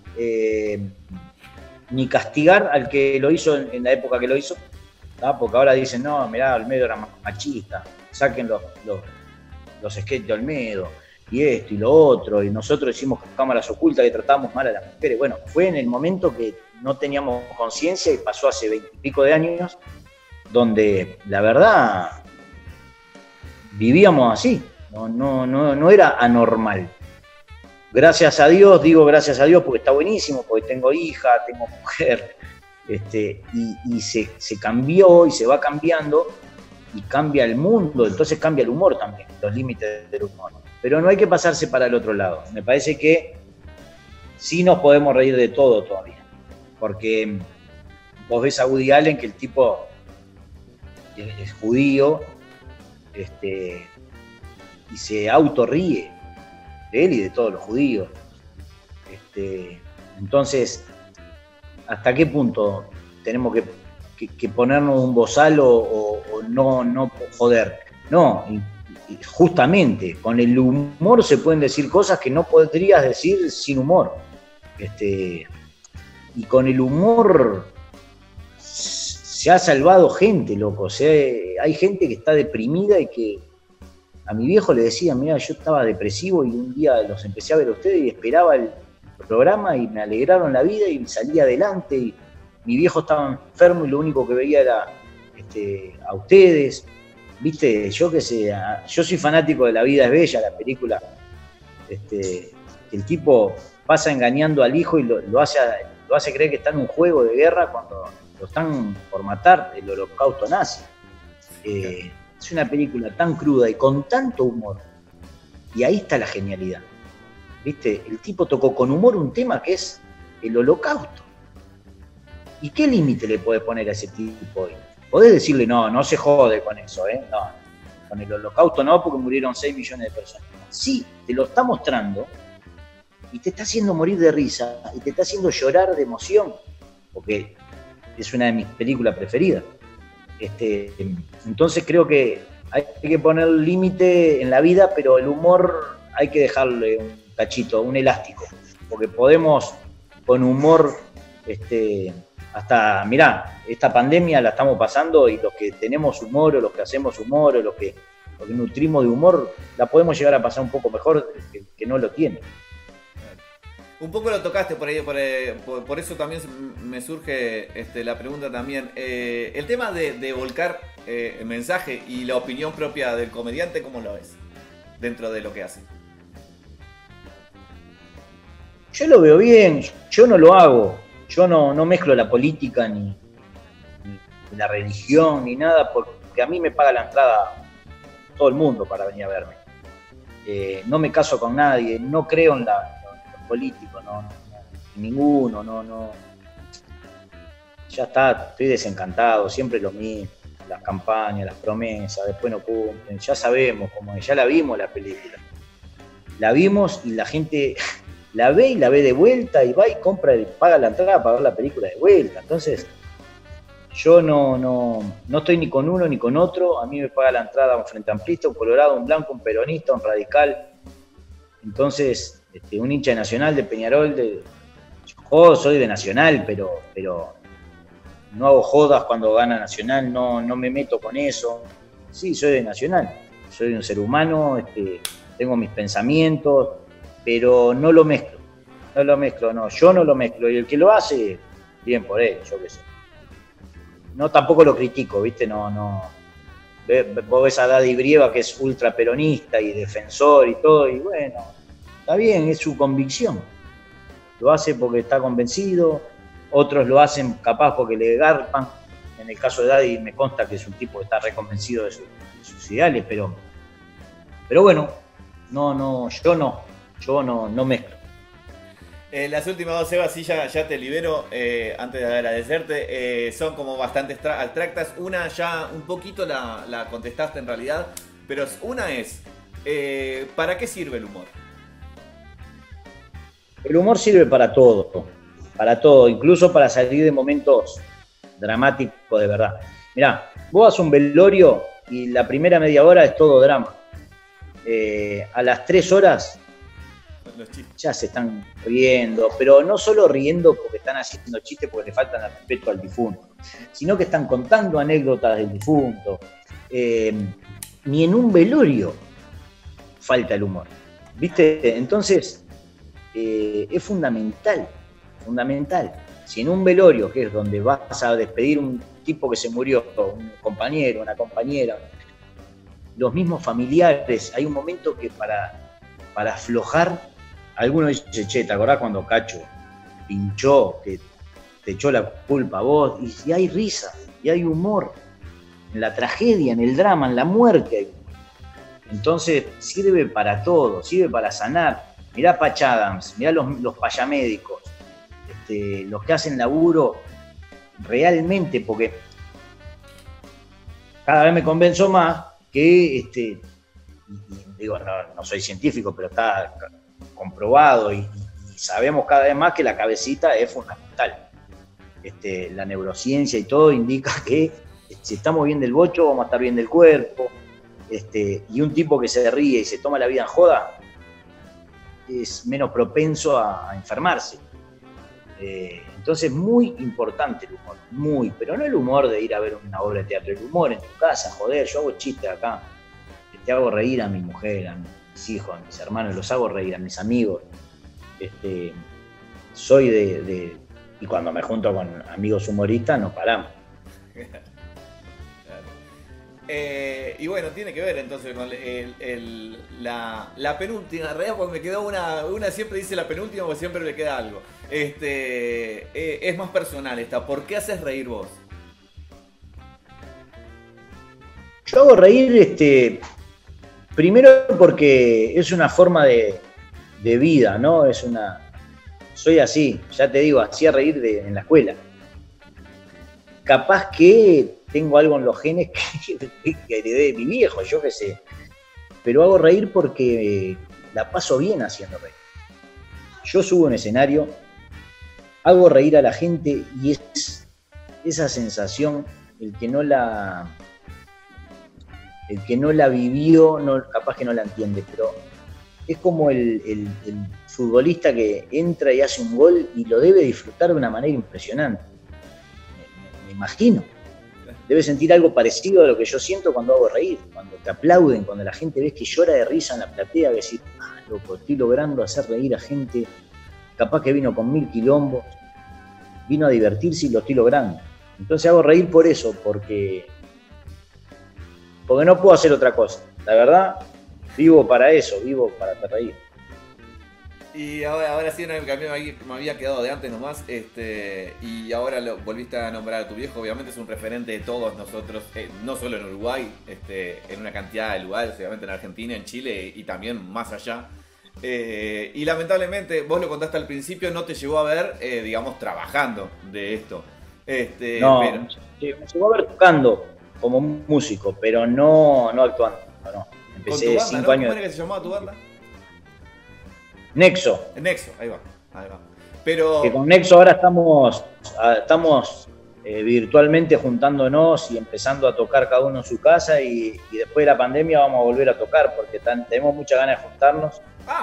ni castigar al que lo hizo en la época que lo hizo, ¿tá? Porque ahora dicen, no, mirá, Olmedo era machista, saquen los sketches de Olmedo, y esto y lo otro, y nosotros hicimos cámaras ocultas que tratábamos mal a las mujeres. Bueno, fue en el momento que no teníamos conciencia y pasó hace 20 y pico de años, donde la verdad vivíamos así, no era anormal. Gracias a Dios, digo gracias a Dios porque está buenísimo, porque tengo hija, tengo mujer, y se cambió y se va cambiando, y cambia el mundo, entonces cambia el humor también, los límites del humor. Pero no hay que pasarse para el otro lado. Me parece que sí nos podemos reír de todo todavía, porque vos ves a Woody Allen, que el tipo es judío, y se autorríe de él y de todos los judíos. Entonces, ¿hasta qué punto tenemos que ponernos un bozal o no joder? No, y justamente con el humor se pueden decir cosas que no podrías decir sin humor. Y con el humor se ha salvado gente, loco. O sea, hay gente que está deprimida y que a mi viejo le decía, mira, yo estaba depresivo y un día los empecé a ver a ustedes y esperaba el programa y me alegraron la vida y salí adelante. Y mi viejo estaba enfermo y lo único que veía era a ustedes. Viste, yo qué sé, yo soy fanático de La vida es bella, la película. El tipo pasa engañando al hijo y lo hace creer que está en un juego de guerra cuando lo están por matar, el holocausto nazi. Es una película tan cruda y con tanto humor. Y ahí está la genialidad. ¿Viste? El tipo tocó con humor un tema que es el holocausto. ¿Y qué límite le podés poner a ese tipo hoy? Podés decirle, no se jode con eso, ¿eh? No, con el holocausto no, porque murieron 6 millones de personas. Sí, te lo está mostrando y te está haciendo morir de risa y te está haciendo llorar de emoción, porque es una de mis películas preferidas. Entonces creo que hay que poner límite en la vida, pero el humor hay que dejarle un cachito, un elástico, porque podemos con humor, hasta, mirá, esta pandemia la estamos pasando y los que tenemos humor o los que hacemos humor o los que nutrimos de humor, la podemos llegar a pasar un poco mejor que no lo tiene. Un poco lo tocaste por ahí, por eso también me surge la pregunta también. El tema de volcar el mensaje y la opinión propia del comediante, ¿cómo lo ves dentro de lo que hace? Yo lo veo bien, yo no lo hago. Yo no mezclo la política ni la religión ni nada, porque a mí me paga la entrada todo el mundo para venir a verme. No me caso con nadie, no creo en los políticos, ninguno, no. Ya está, estoy desencantado, siempre lo mismo, las campañas, las promesas, después no cumplen, ya sabemos cómo es, ya la vimos la película. La vimos y la gente la ve y la ve de vuelta y va y compra y paga la entrada para ver la película de vuelta. Entonces, yo no estoy ni con uno ni con otro. A mí me paga la entrada un frente amplista, un colorado, un blanco, un peronista, un radical. Entonces, un hincha de Nacional, de Peñarol, yo soy de Nacional, pero no hago jodas cuando gana Nacional, no me meto con eso. Sí, soy de Nacional, soy un ser humano, tengo mis pensamientos, pero no lo mezclo. no lo mezclo, no, yo no lo mezclo. Y el que lo hace, bien por él, yo qué sé. No, tampoco lo critico, ¿viste? No. Vos ves a Daddy Brieva, que es ultra peronista y defensor y todo, y bueno, está bien, es su convicción. Lo hace porque está convencido, otros lo hacen capaz porque le garpan. En el caso de Daddy me consta que es un tipo que está reconvencido de sus ideales, pero bueno, yo no mezclo. Las últimas dos, Seba, sí, ya te libero antes de agradecerte. Son como bastante abstractas. Una ya un poquito la contestaste en realidad, pero una es, ¿para qué sirve el humor? El humor sirve para todo, incluso para salir de momentos dramáticos de verdad. Mirá, vos vas a un velorio y la primera media hora es todo drama. A las 3 horas ya se están riendo, pero no solo riendo porque están haciendo chistes porque le faltan al respeto al difunto, sino que están contando anécdotas del difunto. Ni en un velorio falta el humor, ¿viste? Entonces, es fundamental. Si en un velorio, que es donde vas a despedir un tipo que se murió, un compañero, una compañera, los mismos familiares, hay un momento que para aflojar, alguno dice, che, ¿te acordás cuando Cacho pinchó, que te echó la culpa a vos? Y hay risa, y hay humor, en la tragedia, en el drama, en la muerte. Entonces sirve para todo, sirve para sanar. Mirá Patch Adams, mirá los payamédicos, los que hacen laburo realmente, porque cada vez me convenzo más que, digo, no soy científico, pero está comprobado y sabemos cada vez más que la cabecita es fundamental. La neurociencia y todo indica que si estamos bien del bocho, vamos a estar bien del cuerpo. Y un tipo que se ríe y se toma la vida en joda es menos propenso a enfermarse. Entonces, muy importante el humor, pero no el humor de ir a ver una obra de teatro, el humor en tu casa, joder, yo hago chistes acá, te hago reír a mi mujer, a mis hijos, a mis hermanos, los hago reír, a mis amigos. Soy y cuando me junto con amigos humoristas nos paramos. Y bueno, tiene que ver entonces con la penúltima, en realidad, porque me quedó una siempre dice la penúltima porque siempre le queda algo. Es más personal esta. ¿Por qué haces reír vos? Yo hago reír, primero porque es una forma de vida, ¿no? Soy así, ya te digo, hacía reír en la escuela. Capaz que tengo algo en los genes que heredé de mi viejo, yo qué sé. Pero hago reír porque la paso bien haciendo reír. Yo subo un escenario, hago reír a la gente y es esa sensación, el que no la vivió, capaz que no la entiende, pero es como el futbolista que entra y hace un gol y lo debe disfrutar de una manera impresionante. Me imagino. Debe sentir algo parecido a lo que yo siento cuando hago reír, cuando te aplauden, cuando la gente ves que llora de risa en la platea, que decís, loco, estoy logrando hacer reír a gente, capaz que vino con 1000 quilombos, vino a divertirse y lo estoy logrando. Entonces hago reír por eso, porque no puedo hacer otra cosa. La verdad, vivo para eso, vivo para hacer reír. Y ahora sí, una que a mí me había quedado de antes nomás, y ahora lo volviste a nombrar a tu viejo, obviamente es un referente de todos nosotros, no solo en Uruguay, en una cantidad de lugares, obviamente en Argentina, en Chile y también más allá. Y lamentablemente, vos lo contaste al principio, no te llegó a ver, digamos, trabajando de esto. No, me llegó a ver tocando como músico, pero no actuando. No. Empecé ¿Con tu banda, 5 ¿no? años. ¿Cómo era que se llamaba tu banda? Nexo. Nexo, ahí va. Pero Que con Nexo ahora estamos virtualmente juntándonos y empezando a tocar cada uno en su casa y después de la pandemia vamos a volver a tocar porque tenemos muchas ganas de juntarnos.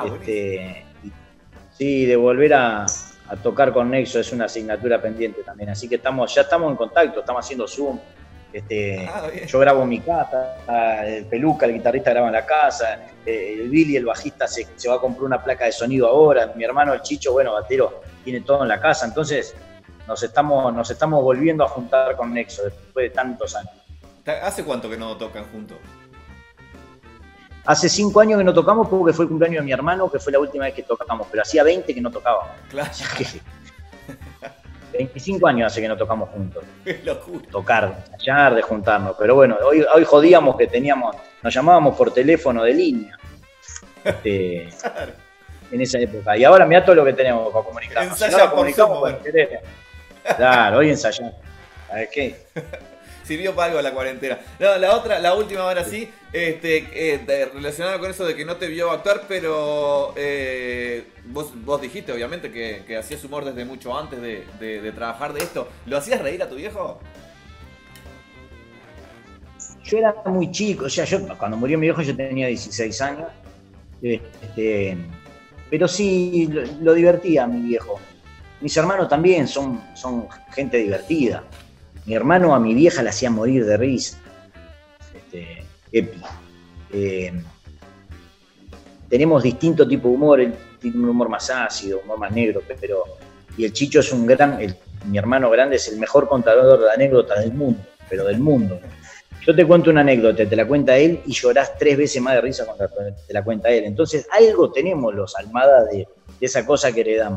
Sí, de volver a tocar con Nexo es una asignatura pendiente también, así que ya estamos en contacto, estamos haciendo Zoom, Yo grabo en mi casa, el Peluca, el guitarrista, graba en la casa, el Billy, el bajista, se va a comprar una placa de sonido ahora, mi hermano, el Chicho, bueno, batero, tiene todo en la casa, entonces nos estamos volviendo a juntar con Nexo después de tantos años. ¿Hace cuánto que no tocan juntos? Hace 5 años que no tocamos porque fue el cumpleaños de mi hermano, que fue la última vez que tocamos, pero hacía 20 que no tocábamos. Claro. O sea que 25 años hace que no tocamos juntos. Qué locura. Tocar, ensayar, de juntarnos. Pero bueno, hoy jodíamos que nos llamábamos por teléfono de línea. Claro. En esa época. Y ahora mirá todo lo que tenemos para comunicarnos. Ensaya por Zoom, por teléfono. Claro, hoy ensayamos. ¿Sabes qué? Sirvió para algo la cuarentena. No, la última ahora sí, relacionada con eso de que no te vio actuar, pero vos dijiste obviamente que hacías humor desde mucho antes de trabajar de esto. ¿Lo hacías reír a tu viejo? Yo era muy chico, o sea, cuando murió mi viejo yo tenía 16 años, pero sí lo divertía a mi viejo. Mis hermanos también son gente divertida. Mi hermano a mi vieja la hacía morir de risa. Epi. Tenemos distinto tipo de humor, él tiene un humor más ácido, humor más negro, y el Chicho es mi hermano grande es el mejor contador de anécdotas del mundo, pero del mundo. Yo te cuento una anécdota, te la cuenta él y llorás 3 veces más de risa cuando te la cuenta él. Entonces algo tenemos los Almada de esa cosa que heredamos.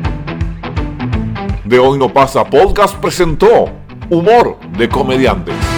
De Hoy No Pasa Podcast presentó Humor de Comediantes.